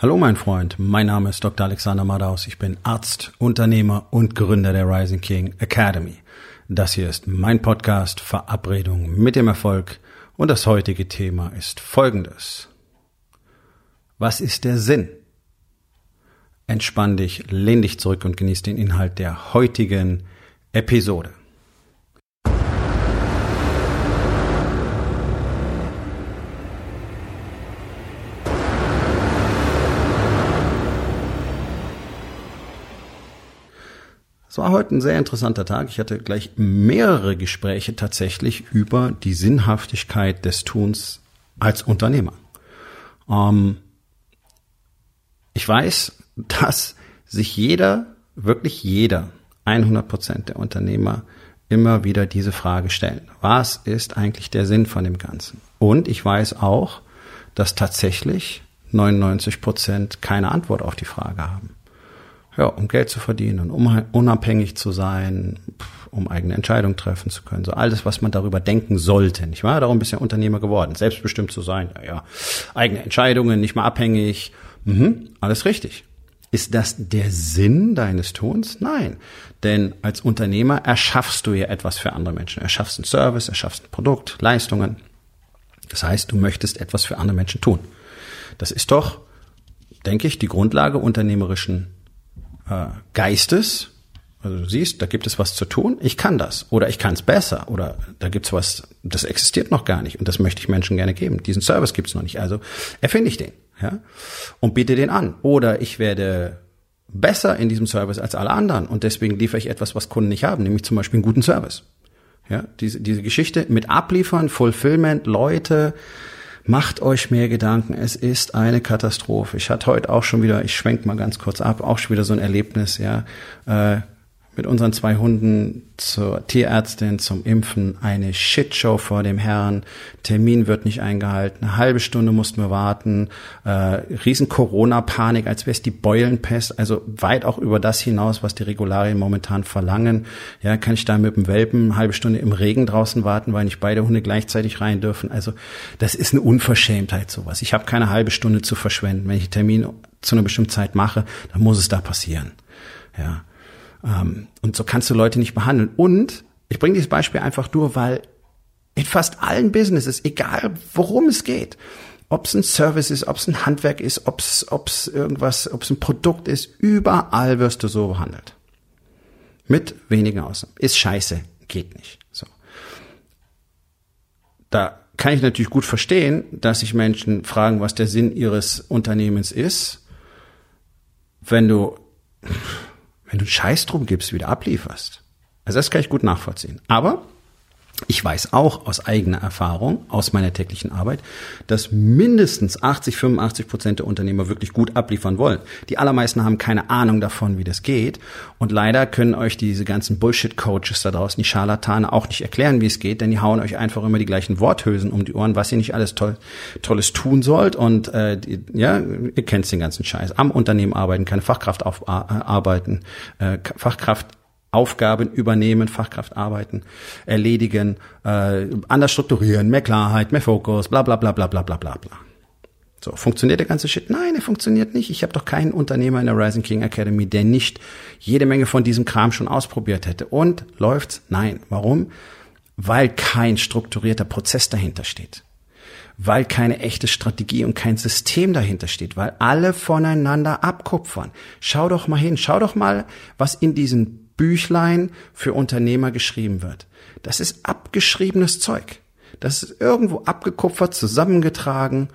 Hallo mein Freund, mein Name ist Dr. Alexander Madaus. Ich bin Arzt, Unternehmer und Gründer der Rising King Academy. Das hier ist mein Podcast Verabredung mit dem Erfolg und das heutige Thema ist folgendes. Was ist der Sinn? Entspann dich, lehn dich zurück und genieß den Inhalt der heutigen Episode. Es war heute ein sehr interessanter Tag. Ich hatte gleich mehrere Gespräche tatsächlich über die Sinnhaftigkeit des Tuns als Unternehmer. Ich weiß, dass sich wirklich jeder, 100% der Unternehmer immer wieder diese Frage stellen. Was ist eigentlich der Sinn von dem Ganzen? Und ich weiß auch, dass tatsächlich 99% keine Antwort auf die Frage haben. Ja, um Geld zu verdienen, um unabhängig zu sein, um eigene Entscheidungen treffen zu können. So alles, was man darüber denken sollte, nicht wahr? Darum bist du ja Unternehmer geworden, selbstbestimmt zu sein. Ja, eigene Entscheidungen, nicht mehr abhängig. Alles richtig. Ist das der Sinn deines Tuns? Nein. Denn als Unternehmer erschaffst du ja etwas für andere Menschen. Erschaffst einen Service, erschaffst ein Produkt, Leistungen. Das heißt, du möchtest etwas für andere Menschen tun. Das ist doch, denke ich, die Grundlage unternehmerischen Geistes. Also du siehst, da gibt es was zu tun, ich kann das oder ich kann es besser oder da gibt es was, das existiert noch gar nicht und das möchte ich Menschen gerne geben. Diesen Service gibt es noch nicht, also erfinde ich den, ja, und biete den an. Oder ich werde besser in diesem Service als alle anderen und deswegen liefere ich etwas, was Kunden nicht haben, nämlich zum Beispiel einen guten Service. Ja, diese Geschichte mit Abliefern, Fulfillment, Leute, macht euch mehr Gedanken, es ist eine Katastrophe. Ich hatte heute auch schon wieder, ich schwenk mal ganz kurz ab, auch schon wieder so ein Erlebnis, ja, mit unseren 2 Hunden zur Tierärztin zum Impfen, eine Shitshow vor dem Herrn, Termin wird nicht eingehalten, eine halbe Stunde mussten wir warten, riesen Corona-Panik, als wäre es die Beulenpest, also weit auch über das hinaus, was die Regularien momentan verlangen. Ja, kann ich da mit dem Welpen eine halbe Stunde im Regen draußen warten, weil nicht beide Hunde gleichzeitig rein dürfen. Also das ist eine Unverschämtheit sowas. Ich habe keine halbe Stunde zu verschwenden. Wenn ich einen Termin zu einer bestimmten Zeit mache, dann muss es da passieren. Ja. Und so kannst du Leute nicht behandeln. Und ich bringe dieses Beispiel einfach nur, weil in fast allen Businesses, egal worum es geht, ob es ein Service ist, ob es ein Handwerk ist, ob es ein Produkt ist, überall wirst du so behandelt. Mit wenigen Ausnahmen. Ist scheiße, geht nicht. So. Da kann ich natürlich gut verstehen, dass sich Menschen fragen, was der Sinn ihres Unternehmens ist, wenn du einen Scheiß drum gibst, wieder ablieferst. Also das kann ich gut nachvollziehen. Aber ich weiß auch aus eigener Erfahrung, aus meiner täglichen Arbeit, dass mindestens 80-85% der Unternehmer wirklich gut abliefern wollen. Die allermeisten haben keine Ahnung davon, wie das geht. Und leider können euch diese ganzen Bullshit-Coaches da draußen, die Scharlatane, auch nicht erklären, wie es geht, denn die hauen euch einfach immer die gleichen Worthülsen um die Ohren, was ihr nicht alles Tolles tun sollt. Und ihr kennt den ganzen Scheiß. Am Unternehmen arbeiten, keine Fachkraft arbeiten, Aufgaben übernehmen, Fachkraft arbeiten, erledigen, anders strukturieren, mehr Klarheit, mehr Fokus, bla bla bla bla bla bla bla. So, funktioniert der ganze Shit? Nein, er funktioniert nicht. Ich habe doch keinen Unternehmer in der Rising King Academy, der nicht jede Menge von diesem Kram schon ausprobiert hätte. Und läuft's? Nein. Warum? Weil kein strukturierter Prozess dahinter steht. Weil keine echte Strategie und kein System dahinter steht, weil alle voneinander abkupfern. Schau doch mal hin, schau doch mal, was in diesen Büchlein für Unternehmer geschrieben wird. Das ist abgeschriebenes Zeug. Das ist irgendwo abgekupfert, zusammengetragen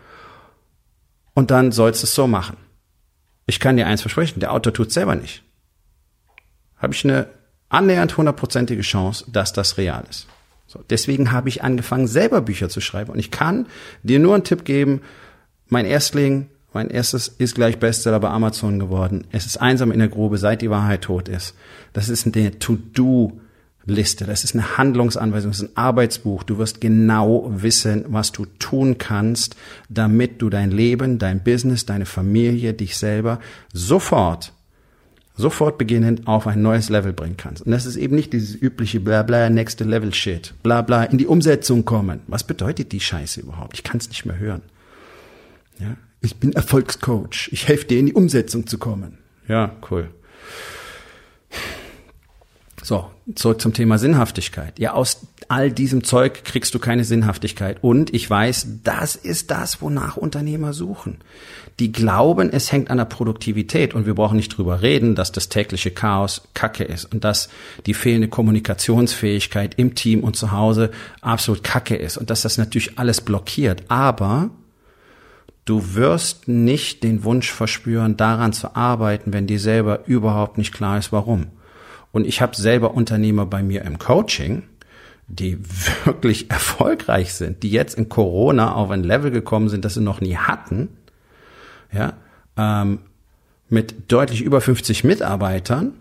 und dann sollst du es so machen. Ich kann dir eins versprechen, der Autor tut's selber nicht. Habe ich eine annähernd 100%ige Chance, dass das real ist. So, deswegen habe ich angefangen, selber Bücher zu schreiben und ich kann dir nur einen Tipp geben, mein erstes ist gleich Bestseller bei Amazon geworden. Es ist einsam in der Grube, seit die Wahrheit tot ist. Das ist eine To-Do-Liste, das ist eine Handlungsanweisung, das ist ein Arbeitsbuch. Du wirst genau wissen, was du tun kannst, damit du dein Leben, dein Business, deine Familie, dich selber sofort beginnend auf ein neues Level bringen kannst. Und das ist eben nicht dieses übliche Blabla, Next Level Shit, Blabla, in die Umsetzung kommen. Was bedeutet die Scheiße überhaupt? Ich kann es nicht mehr hören. Ja? Ich bin Erfolgscoach. Ich helfe dir in die Umsetzung zu kommen. Ja, cool. So, zurück zum Thema Sinnhaftigkeit. Ja, aus all diesem Zeug kriegst du keine Sinnhaftigkeit. Und ich weiß, das ist das, wonach Unternehmer suchen. Die glauben, es hängt an der Produktivität. Und wir brauchen nicht drüber reden, dass das tägliche Chaos Kacke ist und dass die fehlende Kommunikationsfähigkeit im Team und zu Hause absolut Kacke ist und dass das natürlich alles blockiert. Aber du wirst nicht den Wunsch verspüren, daran zu arbeiten, wenn dir selber überhaupt nicht klar ist, warum. Und ich habe selber Unternehmer bei mir im Coaching, die wirklich erfolgreich sind, die jetzt in Corona auf ein Level gekommen sind, das sie noch nie hatten, ja, mit deutlich über 50 Mitarbeitern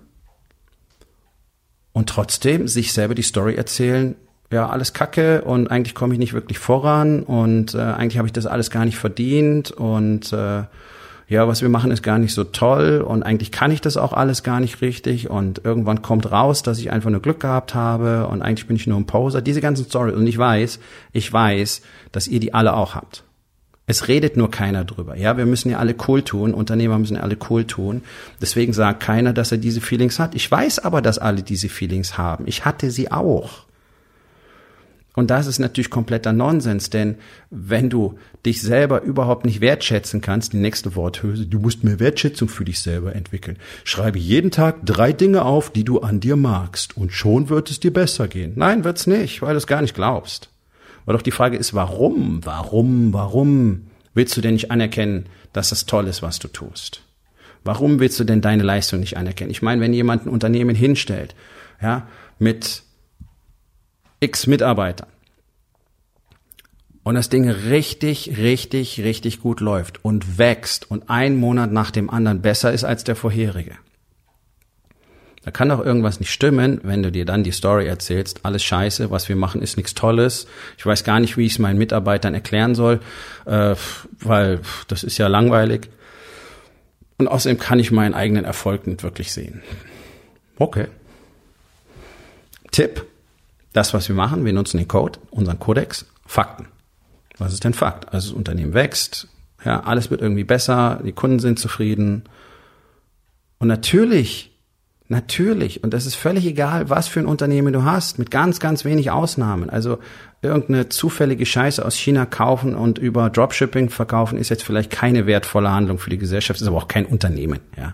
und trotzdem sich selber die Story erzählen, ja, alles Kacke und eigentlich komme ich nicht wirklich voran und eigentlich habe ich das alles gar nicht verdient und ja, was wir machen ist gar nicht so toll und eigentlich kann ich das auch alles gar nicht richtig und irgendwann kommt raus, dass ich einfach nur Glück gehabt habe und eigentlich bin ich nur ein Poser. Diese ganzen Storys und ich weiß, dass ihr die alle auch habt. Es redet nur keiner drüber. Ja, wir müssen ja alle cool tun, Unternehmer müssen ja alle cool tun. Deswegen sagt keiner, dass er diese Feelings hat. Ich weiß aber, dass alle diese Feelings haben. Ich hatte sie auch. Und das ist natürlich kompletter Nonsens, denn wenn du dich selber überhaupt nicht wertschätzen kannst, die nächste Worthülse, du musst mehr Wertschätzung für dich selber entwickeln. Schreibe jeden Tag 3 Dinge auf, die du an dir magst und schon wird es dir besser gehen. Nein, wird's nicht, weil du es gar nicht glaubst. Weil doch die Frage ist, warum willst du denn nicht anerkennen, dass das toll ist, was du tust? Warum willst du denn deine Leistung nicht anerkennen? Ich meine, wenn jemand ein Unternehmen hinstellt, ja, mit X Mitarbeitern und das Ding richtig gut läuft und wächst und ein Monat nach dem anderen besser ist als der vorherige. Da kann doch irgendwas nicht stimmen, wenn du dir dann die Story erzählst, alles scheiße, was wir machen ist nichts Tolles. Ich weiß gar nicht, wie ich es meinen Mitarbeitern erklären soll, weil das ist ja langweilig. Und außerdem kann ich meinen eigenen Erfolg nicht wirklich sehen. Okay. Tipp. Das, was wir machen, wir nutzen den Code, unseren Kodex, Fakten. Was ist denn Fakt? Also das Unternehmen wächst, ja, alles wird irgendwie besser, die Kunden sind zufrieden. Und natürlich, und das ist völlig egal, was für ein Unternehmen du hast, mit ganz wenig Ausnahmen. Also irgendeine zufällige Scheiße aus China kaufen und über Dropshipping verkaufen ist jetzt vielleicht keine wertvolle Handlung für die Gesellschaft, ist aber auch kein Unternehmen, ja.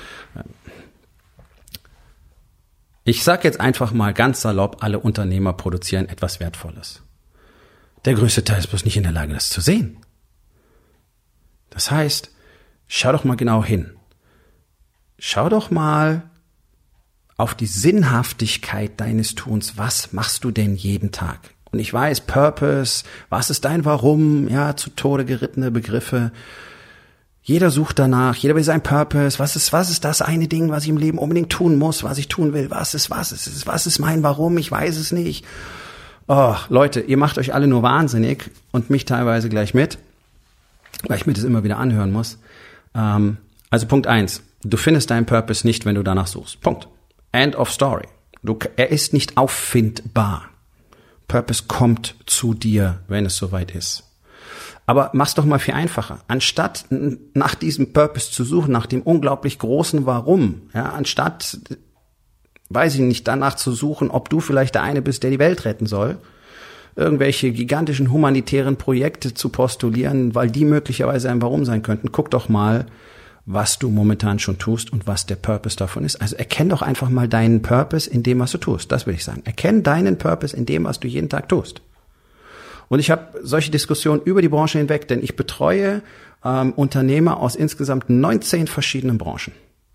Ich sag jetzt einfach mal ganz salopp, alle Unternehmer produzieren etwas Wertvolles. Der größte Teil ist bloß nicht in der Lage, das zu sehen. Das heißt, schau doch mal genau hin. Schau doch mal auf die Sinnhaftigkeit deines Tuns. Was machst du denn jeden Tag? Und ich weiß, Purpose, was ist dein Warum? Ja, zu Tode gerittene Begriffe. Jeder sucht danach, jeder will sein Purpose. Was ist das eine Ding, was ich im Leben unbedingt tun muss, was ich tun will? Was ist mein Warum? Ich weiß es nicht. Oh, Leute, ihr macht euch alle nur wahnsinnig und mich teilweise gleich mit, weil ich mir das immer wieder anhören muss. Also Punkt 1, du findest deinen Purpose nicht, wenn du danach suchst. Punkt. End of story. Er ist nicht auffindbar. Purpose kommt zu dir, wenn es soweit ist. Aber mach's doch mal viel einfacher. Anstatt nach diesem Purpose zu suchen, nach dem unglaublich großen Warum, ja, anstatt, weiß ich nicht, danach zu suchen, ob du vielleicht der eine bist, der die Welt retten soll, irgendwelche gigantischen humanitären Projekte zu postulieren, weil die möglicherweise ein Warum sein könnten. Guck doch mal, was du momentan schon tust und was der Purpose davon ist. Also erkenn doch einfach mal deinen Purpose in dem, was du tust. Das will ich sagen. Erkenn deinen Purpose in dem, was du jeden Tag tust. Und ich habe solche Diskussionen über die Branche hinweg, denn ich betreue Unternehmer aus insgesamt 19 verschiedenen Branchen.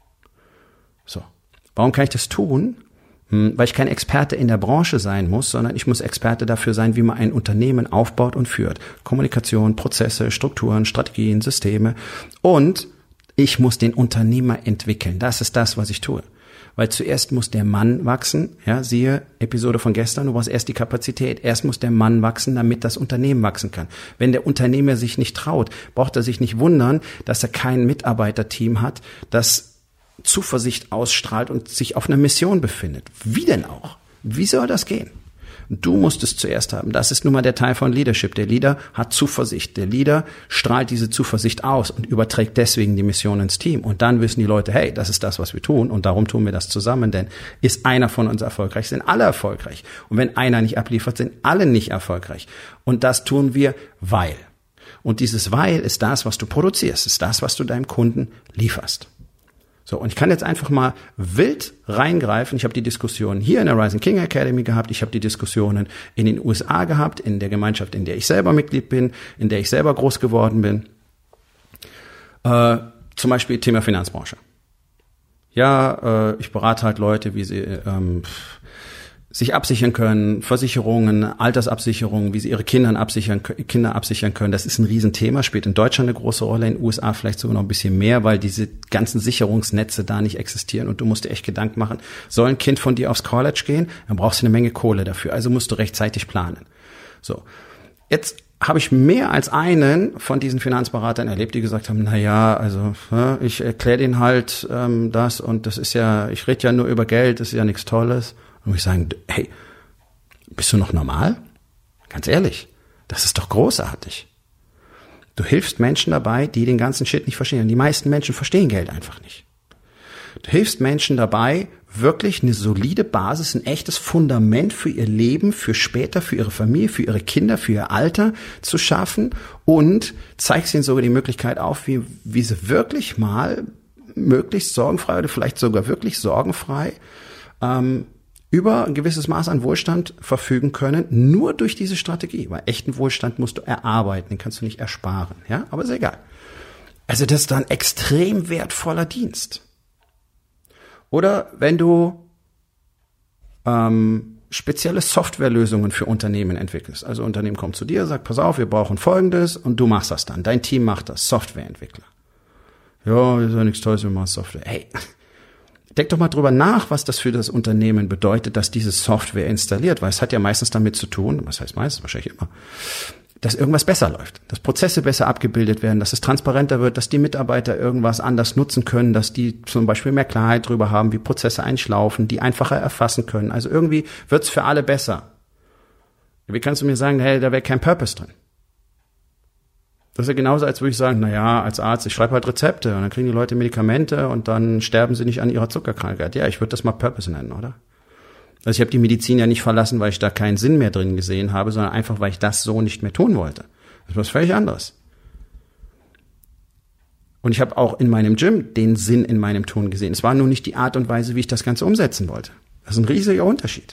So, warum kann ich das tun? Weil ich kein Experte in der Branche sein muss, sondern ich muss Experte dafür sein, wie man ein Unternehmen aufbaut und führt. Kommunikation, Prozesse, Strukturen, Strategien, Systeme. Und ich muss den Unternehmer entwickeln. Das ist das, was ich tue. Weil zuerst muss der Mann wachsen, ja, siehe Episode von gestern, du brauchst erst die Kapazität. Erst muss der Mann wachsen, damit das Unternehmen wachsen kann. Wenn der Unternehmer sich nicht traut, braucht er sich nicht wundern, dass er kein Mitarbeiterteam hat, das Zuversicht ausstrahlt und sich auf einer Mission befindet. Wie denn auch? Wie soll das gehen? Du musst es zuerst haben. Das ist nun mal der Teil von Leadership. Der Leader hat Zuversicht. Der Leader strahlt diese Zuversicht aus und überträgt deswegen die Mission ins Team. Und dann wissen die Leute, hey, das ist das, was wir tun und darum tun wir das zusammen. Denn ist einer von uns erfolgreich, sind alle erfolgreich. Und wenn einer nicht abliefert, sind alle nicht erfolgreich. Und das tun wir, weil. Und dieses Weil ist das, was du produzierst, ist das, was du deinem Kunden lieferst. So, und ich kann jetzt einfach mal wild reingreifen. Ich habe die Diskussionen hier in der Rising King Academy gehabt. Ich habe die Diskussionen in den USA gehabt, in der Gemeinschaft, in der ich selber Mitglied bin, in der ich selber groß geworden bin. Zum Beispiel Thema Finanzbranche. Ja, ich berate halt Leute, wie sie sich absichern können, Versicherungen, Altersabsicherungen, wie sie ihre Kinder absichern können. Das ist ein Riesenthema, spielt in Deutschland eine große Rolle, in den USA vielleicht sogar noch ein bisschen mehr, weil diese ganzen Sicherungsnetze da nicht existieren und du musst dir echt Gedanken machen, soll ein Kind von dir aufs College gehen? Dann brauchst du eine Menge Kohle dafür, also musst du rechtzeitig planen. So, jetzt habe ich mehr als einen von diesen Finanzberatern erlebt, die gesagt haben, na ja, also ich erkläre denen halt das und das ist ja, ich rede ja nur über Geld, das ist ja nichts Tolles. Und ich sagen, hey, bist du noch normal? Ganz ehrlich, das ist doch großartig. Du hilfst Menschen dabei, die den ganzen Shit nicht verstehen. Und die meisten Menschen verstehen Geld einfach nicht. Du hilfst Menschen dabei, wirklich eine solide Basis, ein echtes Fundament für ihr Leben, für später, für ihre Familie, für ihre Kinder, für ihr Alter zu schaffen und zeigst ihnen sogar die Möglichkeit auf, wie sie wirklich mal möglichst sorgenfrei oder vielleicht sogar wirklich sorgenfrei über ein gewisses Maß an Wohlstand verfügen können, nur durch diese Strategie. Weil echten Wohlstand musst du erarbeiten, den kannst du nicht ersparen. Ja, aber ist egal. Also das ist dann extrem wertvoller Dienst. Oder wenn du spezielle Softwarelösungen für Unternehmen entwickelst. Also Unternehmen kommt zu dir, sagt, pass auf, wir brauchen Folgendes und du machst das dann. Dein Team macht das, Softwareentwickler. Ja, ist ja nichts Tolles, wir machen Software. Hey, denk doch mal drüber nach, was das für das Unternehmen bedeutet, dass diese Software installiert, weil es hat ja meistens damit zu tun, was heißt meistens, wahrscheinlich immer, dass irgendwas besser läuft, dass Prozesse besser abgebildet werden, dass es transparenter wird, dass die Mitarbeiter irgendwas anders nutzen können, dass die zum Beispiel mehr Klarheit drüber haben, wie Prozesse eigentlich laufen, die einfacher erfassen können. Also irgendwie wird's für alle besser. Wie kannst du mir sagen, hey, da wäre kein Purpose drin? Das ist ja genauso, als würde ich sagen, na ja, als Arzt, ich schreibe halt Rezepte und dann kriegen die Leute Medikamente und dann sterben sie nicht an ihrer Zuckerkrankheit. Ja, ich würde das mal Purpose nennen, oder? Also ich habe die Medizin ja nicht verlassen, weil ich da keinen Sinn mehr drin gesehen habe, sondern einfach, weil ich das so nicht mehr tun wollte. Das ist was völlig anderes. Und ich habe auch in meinem Gym den Sinn in meinem Tun gesehen. Es war nur nicht die Art und Weise, wie ich das Ganze umsetzen wollte. Das ist ein riesiger Unterschied.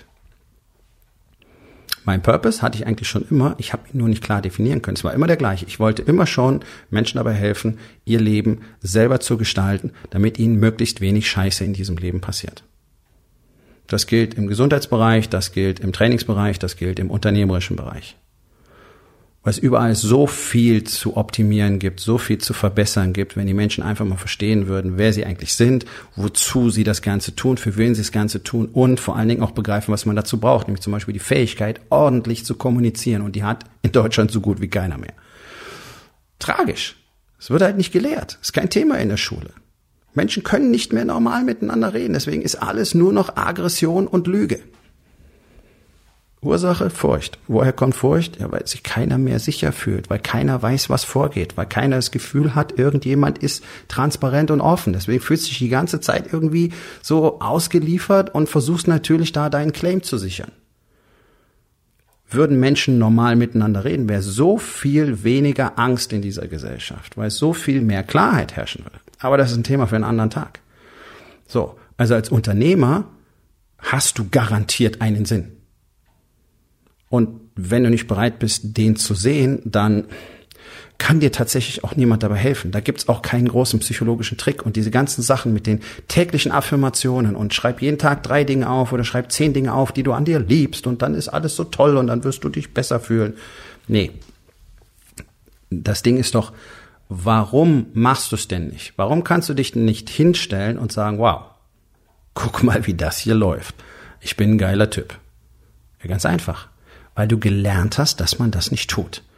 Mein Purpose hatte ich eigentlich schon immer, ich habe ihn nur nicht klar definieren können. Es war immer der gleiche. Ich wollte immer schon Menschen dabei helfen, ihr Leben selber zu gestalten, damit ihnen möglichst wenig Scheiße in diesem Leben passiert. Das gilt im Gesundheitsbereich, das gilt im Trainingsbereich, das gilt im unternehmerischen Bereich. Weil es überall so viel zu optimieren gibt, so viel zu verbessern gibt, wenn die Menschen einfach mal verstehen würden, wer sie eigentlich sind, wozu sie das Ganze tun, für wen sie das Ganze tun und vor allen Dingen auch begreifen, was man dazu braucht, nämlich zum Beispiel die Fähigkeit, ordentlich zu kommunizieren. Und die hat in Deutschland so gut wie keiner mehr. Tragisch. Es wird halt nicht gelehrt. Es ist kein Thema in der Schule. Menschen können nicht mehr normal miteinander reden. Deswegen ist alles nur noch Aggression und Lüge. Ursache, Furcht. Woher kommt Furcht? Ja, weil sich keiner mehr sicher fühlt, weil keiner weiß, was vorgeht, weil keiner das Gefühl hat, irgendjemand ist transparent und offen. Deswegen fühlst du dich die ganze Zeit irgendwie so ausgeliefert und versuchst natürlich da deinen Claim zu sichern. Würden Menschen normal miteinander reden, wäre so viel weniger Angst in dieser Gesellschaft, weil so viel mehr Klarheit herrschen würde. Aber das ist ein Thema für einen anderen Tag. So, also als Unternehmer hast du garantiert einen Sinn. Und wenn du nicht bereit bist, den zu sehen, dann kann dir tatsächlich auch niemand dabei helfen. Da gibt's auch keinen großen psychologischen Trick. Und diese ganzen Sachen mit den täglichen Affirmationen und schreib jeden Tag 3 Dinge auf oder schreib 10 Dinge auf, die du an dir liebst und dann ist alles so toll und dann wirst du dich besser fühlen. Nee. Das Ding ist doch, warum machst du es denn nicht? Warum kannst du dich nicht hinstellen und sagen, wow, guck mal, wie das hier läuft. Ich bin ein geiler Typ. Ja, ganz einfach. Weil du gelernt hast, dass man das nicht tut.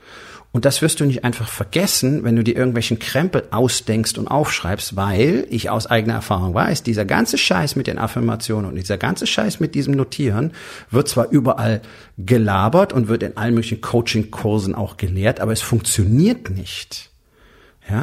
Und das wirst du nicht einfach vergessen, wenn du dir irgendwelchen Krempel ausdenkst und aufschreibst, weil ich aus eigener Erfahrung weiß, dieser ganze Scheiß mit den Affirmationen und dieser ganze Scheiß mit diesem Notieren wird zwar überall gelabert und wird in allen möglichen Coaching-Kursen auch gelehrt, aber es funktioniert nicht. Ja?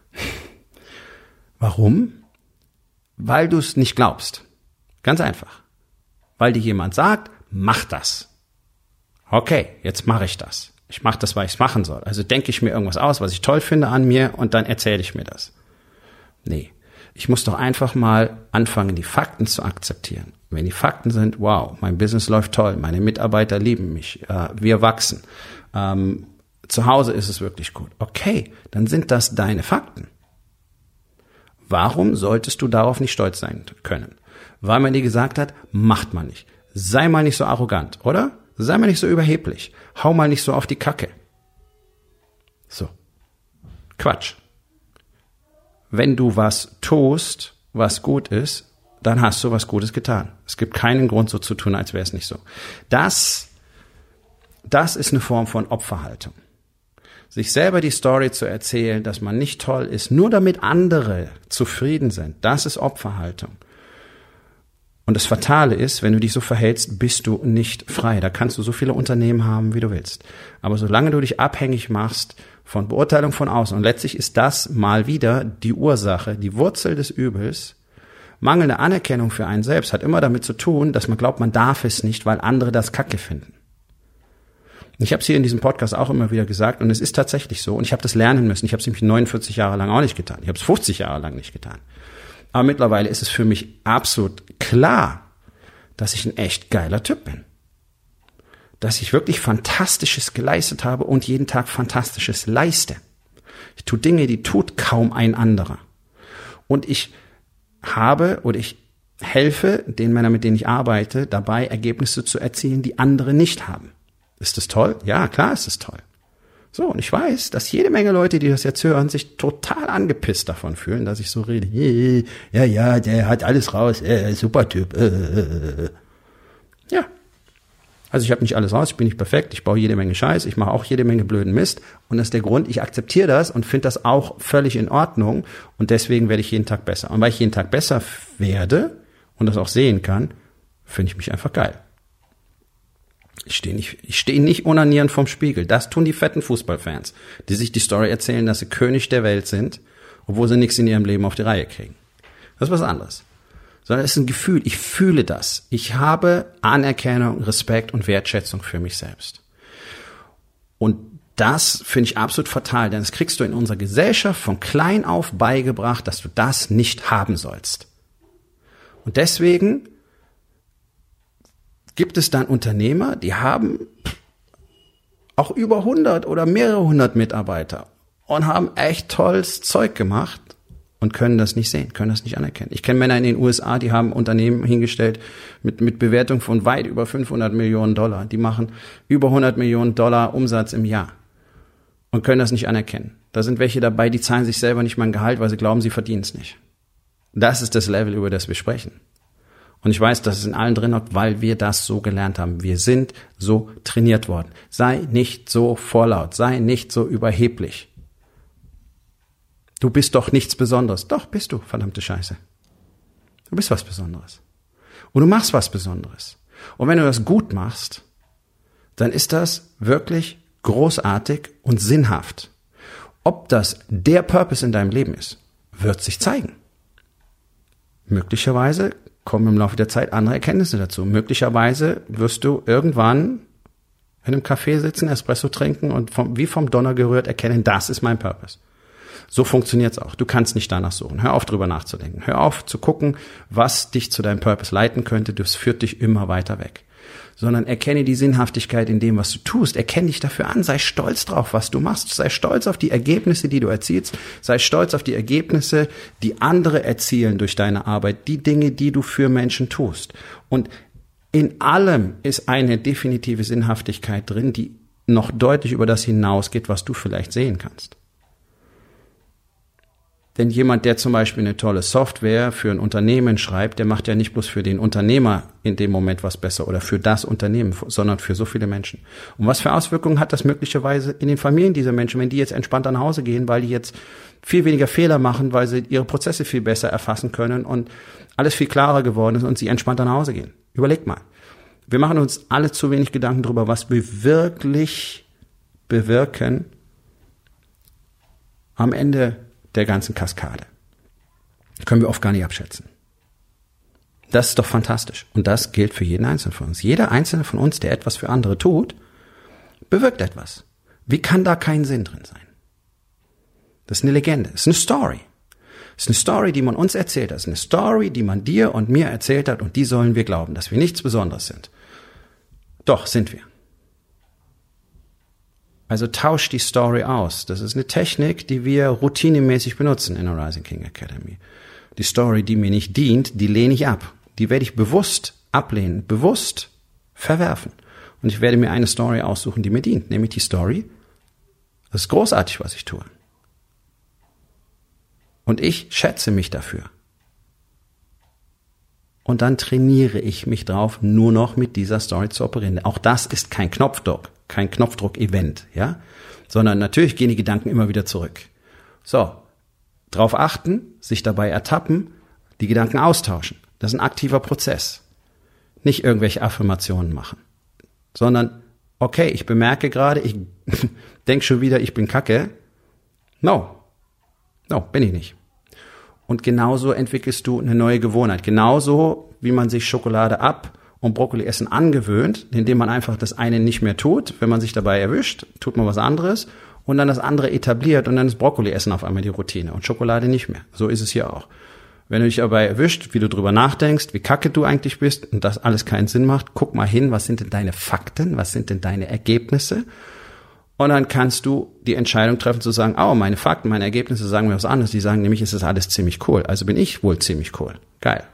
Warum? Weil du es nicht glaubst. Ganz einfach. Weil dir jemand sagt, mach das. Okay, jetzt mache ich das. Ich mache das, weil ich es machen soll. Also denke ich mir irgendwas aus, was ich toll finde an mir und dann erzähle ich mir das. Nee, ich muss doch einfach mal anfangen, die Fakten zu akzeptieren. Wenn die Fakten sind, wow, mein Business läuft toll, meine Mitarbeiter lieben mich, wir wachsen, zu Hause ist es wirklich gut. Okay, dann sind das deine Fakten. Warum solltest du darauf nicht stolz sein können? Weil man dir gesagt hat, macht man nicht. Sei mal nicht so arrogant, oder? Sei mal nicht so überheblich. Hau mal nicht so auf die Kacke. So. Quatsch. Wenn du was tust, was gut ist, dann hast du was Gutes getan. Es gibt keinen Grund, so zu tun, als wäre es nicht so. Das ist eine Form von Opferhaltung. Sich selber die Story zu erzählen, dass man nicht toll ist, nur damit andere zufrieden sind, das ist Opferhaltung. Und das Fatale ist, wenn du dich so verhältst, bist du nicht frei. Da kannst du so viele Unternehmen haben, wie du willst. Aber solange du dich abhängig machst von Beurteilung von außen, und letztlich ist das mal wieder die Ursache, die Wurzel des Übels, mangelnde Anerkennung für einen selbst hat immer damit zu tun, dass man glaubt, man darf es nicht, weil andere das Kacke finden. Ich habe es hier in diesem Podcast auch immer wieder gesagt und es ist tatsächlich so. Und ich habe das lernen müssen. Ich habe es nämlich 49 Jahre lang auch nicht getan. Ich habe es 50 Jahre lang nicht getan. Aber mittlerweile ist es für mich absolut klar, dass ich ein echt geiler Typ bin. Dass ich wirklich Fantastisches geleistet habe und jeden Tag Fantastisches leiste. Ich tue Dinge, die tut kaum ein anderer. Und ich helfe den Männern, mit denen ich arbeite, dabei Ergebnisse zu erzielen, die andere nicht haben. Ist das toll? Ja, klar ist es toll. So, und ich weiß, dass jede Menge Leute, die das jetzt hören, sich total angepisst davon fühlen, dass ich so rede. Ja, der hat alles raus, super Typ. Ja. Also ich habe nicht alles raus, ich bin nicht perfekt, ich baue jede Menge Scheiß, ich mache auch jede Menge blöden Mist. Und das ist der Grund, ich akzeptiere das und finde das auch völlig in Ordnung. Und deswegen werde ich jeden Tag besser. Und weil ich jeden Tag besser werde und das auch sehen kann, finde ich mich einfach geil. Ich stehe nicht onanierend vorm Spiegel. Das tun die fetten Fußballfans, die sich die Story erzählen, dass sie König der Welt sind, obwohl sie nichts in ihrem Leben auf die Reihe kriegen. Das ist was anderes. Sondern es ist ein Gefühl. Ich fühle das. Ich habe Anerkennung, Respekt und Wertschätzung für mich selbst. Und das finde ich absolut fatal, denn das kriegst du in unserer Gesellschaft von klein auf beigebracht, dass du das nicht haben sollst. Und deswegen gibt es dann Unternehmer, die haben auch über 100 oder mehrere hundert Mitarbeiter und haben echt tolles Zeug gemacht und können das nicht sehen, können das nicht anerkennen. Ich kenne Männer in den USA, die haben Unternehmen hingestellt mit Bewertung von weit über 500 Millionen Dollar. Die machen über 100 Millionen Dollar Umsatz im Jahr und können das nicht anerkennen. Da sind welche dabei, die zahlen sich selber nicht mal ein Gehalt, weil sie glauben, sie verdienen es nicht. Das ist das Level, über das wir sprechen. Und ich weiß, dass es in allen drin hockt, weil wir das so gelernt haben. Wir sind so trainiert worden. Sei nicht so vorlaut, sei nicht so überheblich. Du bist doch nichts Besonderes. Doch, bist du, verdammte Scheiße. Du bist was Besonderes. Und du machst was Besonderes. Und wenn du das gut machst, dann ist das wirklich großartig und sinnhaft. Ob das der Purpose in deinem Leben ist, wird sich zeigen. Möglicherweise kommen im Laufe der Zeit andere Erkenntnisse dazu. Möglicherweise wirst du irgendwann in einem Café sitzen, Espresso trinken und wie vom Donner gerührt erkennen, das ist mein Purpose. So funktioniert's auch. Du kannst nicht danach suchen. Hör auf, drüber nachzudenken. Hör auf zu gucken, was dich zu deinem Purpose leiten könnte. Das führt dich immer weiter weg. Sondern erkenne die Sinnhaftigkeit in dem, was du tust. Erkenne dich dafür an. Sei stolz drauf, was du machst. Sei stolz auf die Ergebnisse, die du erzielst. Sei stolz auf die Ergebnisse, die andere erzielen durch deine Arbeit. Die Dinge, die du für Menschen tust. Und in allem ist eine definitive Sinnhaftigkeit drin, die noch deutlich über das hinausgeht, was du vielleicht sehen kannst. Denn jemand, der zum Beispiel eine tolle Software für ein Unternehmen schreibt, der macht ja nicht bloß für den Unternehmer in dem Moment was besser oder für das Unternehmen, sondern für so viele Menschen. Und was für Auswirkungen hat das möglicherweise in den Familien dieser Menschen, wenn die jetzt entspannt nach Hause gehen, weil die jetzt viel weniger Fehler machen, weil sie ihre Prozesse viel besser erfassen können und alles viel klarer geworden ist und sie entspannter nach Hause gehen. Überlegt mal. Wir machen uns alle zu wenig Gedanken darüber, was wir wirklich bewirken am Ende der ganzen Kaskade. Können wir oft gar nicht abschätzen. Das ist doch fantastisch. Und das gilt für jeden Einzelnen von uns. Jeder Einzelne von uns, der etwas für andere tut, bewirkt etwas. Wie kann da kein Sinn drin sein? Das ist eine Legende. Das ist eine Story. Das ist eine Story, die man uns erzählt hat. Das ist eine Story, die man dir und mir erzählt hat. Und die sollen wir glauben, dass wir nichts Besonderes sind. Doch, sind wir. Also tausch die Story aus. Das ist eine Technik, die wir routinemäßig benutzen in der Rising King Academy. Die Story, die mir nicht dient, die lehne ich ab. Die werde ich bewusst ablehnen, bewusst verwerfen. Und ich werde mir eine Story aussuchen, die mir dient. Nämlich die Story, das ist großartig, was ich tue. Und ich schätze mich dafür. Und dann trainiere ich mich drauf, nur noch mit dieser Story zu operieren. Auch das ist kein Knopfdruck-Event, ja, sondern natürlich gehen die Gedanken immer wieder zurück. So, drauf achten, sich dabei ertappen, die Gedanken austauschen. Das ist ein aktiver Prozess. Nicht irgendwelche Affirmationen machen, sondern, okay, ich bemerke gerade, ich denke schon wieder, ich bin Kacke. No, bin ich nicht. Und genauso entwickelst du eine neue Gewohnheit. Genauso, wie man sich Schokolade ab und Brokkoli essen angewöhnt, indem man einfach das eine nicht mehr tut. Wenn man sich dabei erwischt, tut man was anderes und dann das andere etabliert und dann ist Brokkoli essen auf einmal die Routine und Schokolade nicht mehr. So ist es hier auch. Wenn du dich dabei erwischt, wie du drüber nachdenkst, wie kacke du eigentlich bist und das alles keinen Sinn macht, guck mal hin, was sind denn deine Fakten, was sind denn deine Ergebnisse? Und dann kannst du die Entscheidung treffen zu sagen, oh, meine Fakten, meine Ergebnisse sagen mir was anderes. Die sagen nämlich, es ist alles ziemlich cool. Also bin ich wohl ziemlich cool. Geil.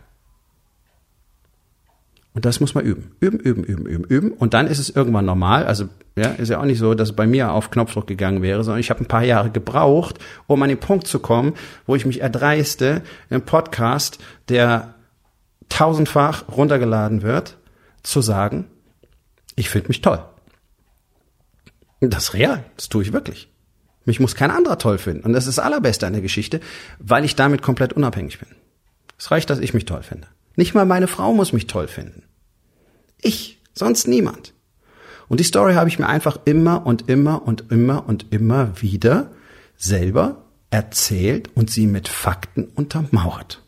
Und das muss man üben. Üben. Und dann ist es irgendwann normal. Also ja, ist ja auch nicht so, dass es bei mir auf Knopfdruck gegangen wäre, sondern ich habe ein paar Jahre gebraucht, um an den Punkt zu kommen, wo ich mich erdreiste, im Podcast, der 1000-fach runtergeladen wird, zu sagen, ich finde mich toll. Das ist real, das tue ich wirklich. Mich muss kein anderer toll finden. Und das ist das Allerbeste an der Geschichte, weil ich damit komplett unabhängig bin. Es reicht, dass ich mich toll finde. Nicht mal meine Frau muss mich toll finden. Ich, sonst niemand. Und die Story habe ich mir einfach immer wieder selber erzählt und sie mit Fakten untermauert.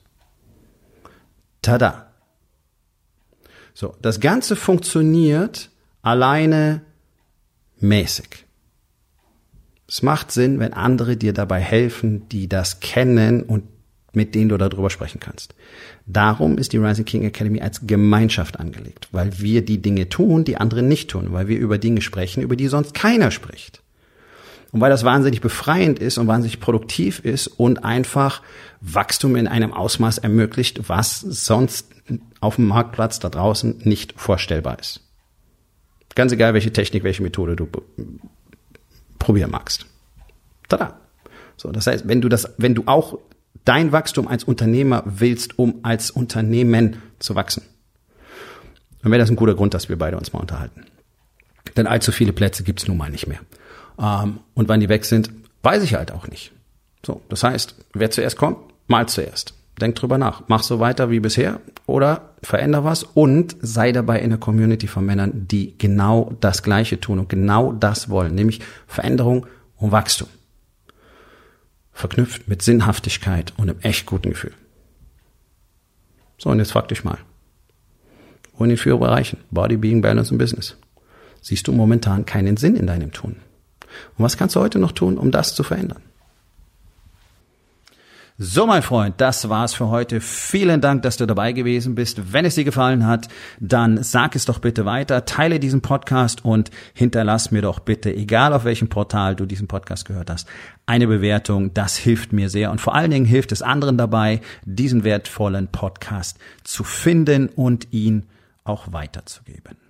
Tada. So, das Ganze funktioniert alleine mäßig. Es macht Sinn, wenn andere dir dabei helfen, die das kennen und mit denen du darüber sprechen kannst. Darum ist die Rising King Academy als Gemeinschaft angelegt, weil wir die Dinge tun, die andere nicht tun, weil wir über Dinge sprechen, über die sonst keiner spricht. Und weil das wahnsinnig befreiend ist und wahnsinnig produktiv ist und einfach Wachstum in einem Ausmaß ermöglicht, was sonst auf dem Marktplatz da draußen nicht vorstellbar ist. Ganz egal, welche Technik, welche Methode du probieren magst. Tada. So, das heißt, wenn du auch dein Wachstum als Unternehmer willst, um als Unternehmen zu wachsen, dann wäre das ein guter Grund, dass wir beide uns mal unterhalten. Denn allzu viele Plätze gibt's nun mal nicht mehr. Und wann die weg sind, weiß ich halt auch nicht. So, das heißt, wer zuerst kommt, mal zuerst. Denk drüber nach. Mach so weiter wie bisher oder veränder was und sei dabei in der Community von Männern, die genau das Gleiche tun und genau das wollen, nämlich Veränderung und Wachstum. Verknüpft mit Sinnhaftigkeit und einem echt guten Gefühl. So, und jetzt frag dich mal. Wo in den 4 Bereichen, Body, Being, Balance und Business, siehst du momentan keinen Sinn in deinem Tun? Und was kannst du heute noch tun, um das zu verändern? So, mein Freund, das war's für heute. Vielen Dank, dass du dabei gewesen bist. Wenn es dir gefallen hat, dann sag es doch bitte weiter, teile diesen Podcast und hinterlass mir doch bitte, egal auf welchem Portal du diesen Podcast gehört hast, eine Bewertung. Das hilft mir sehr und vor allen Dingen hilft es anderen dabei, diesen wertvollen Podcast zu finden und ihn auch weiterzugeben.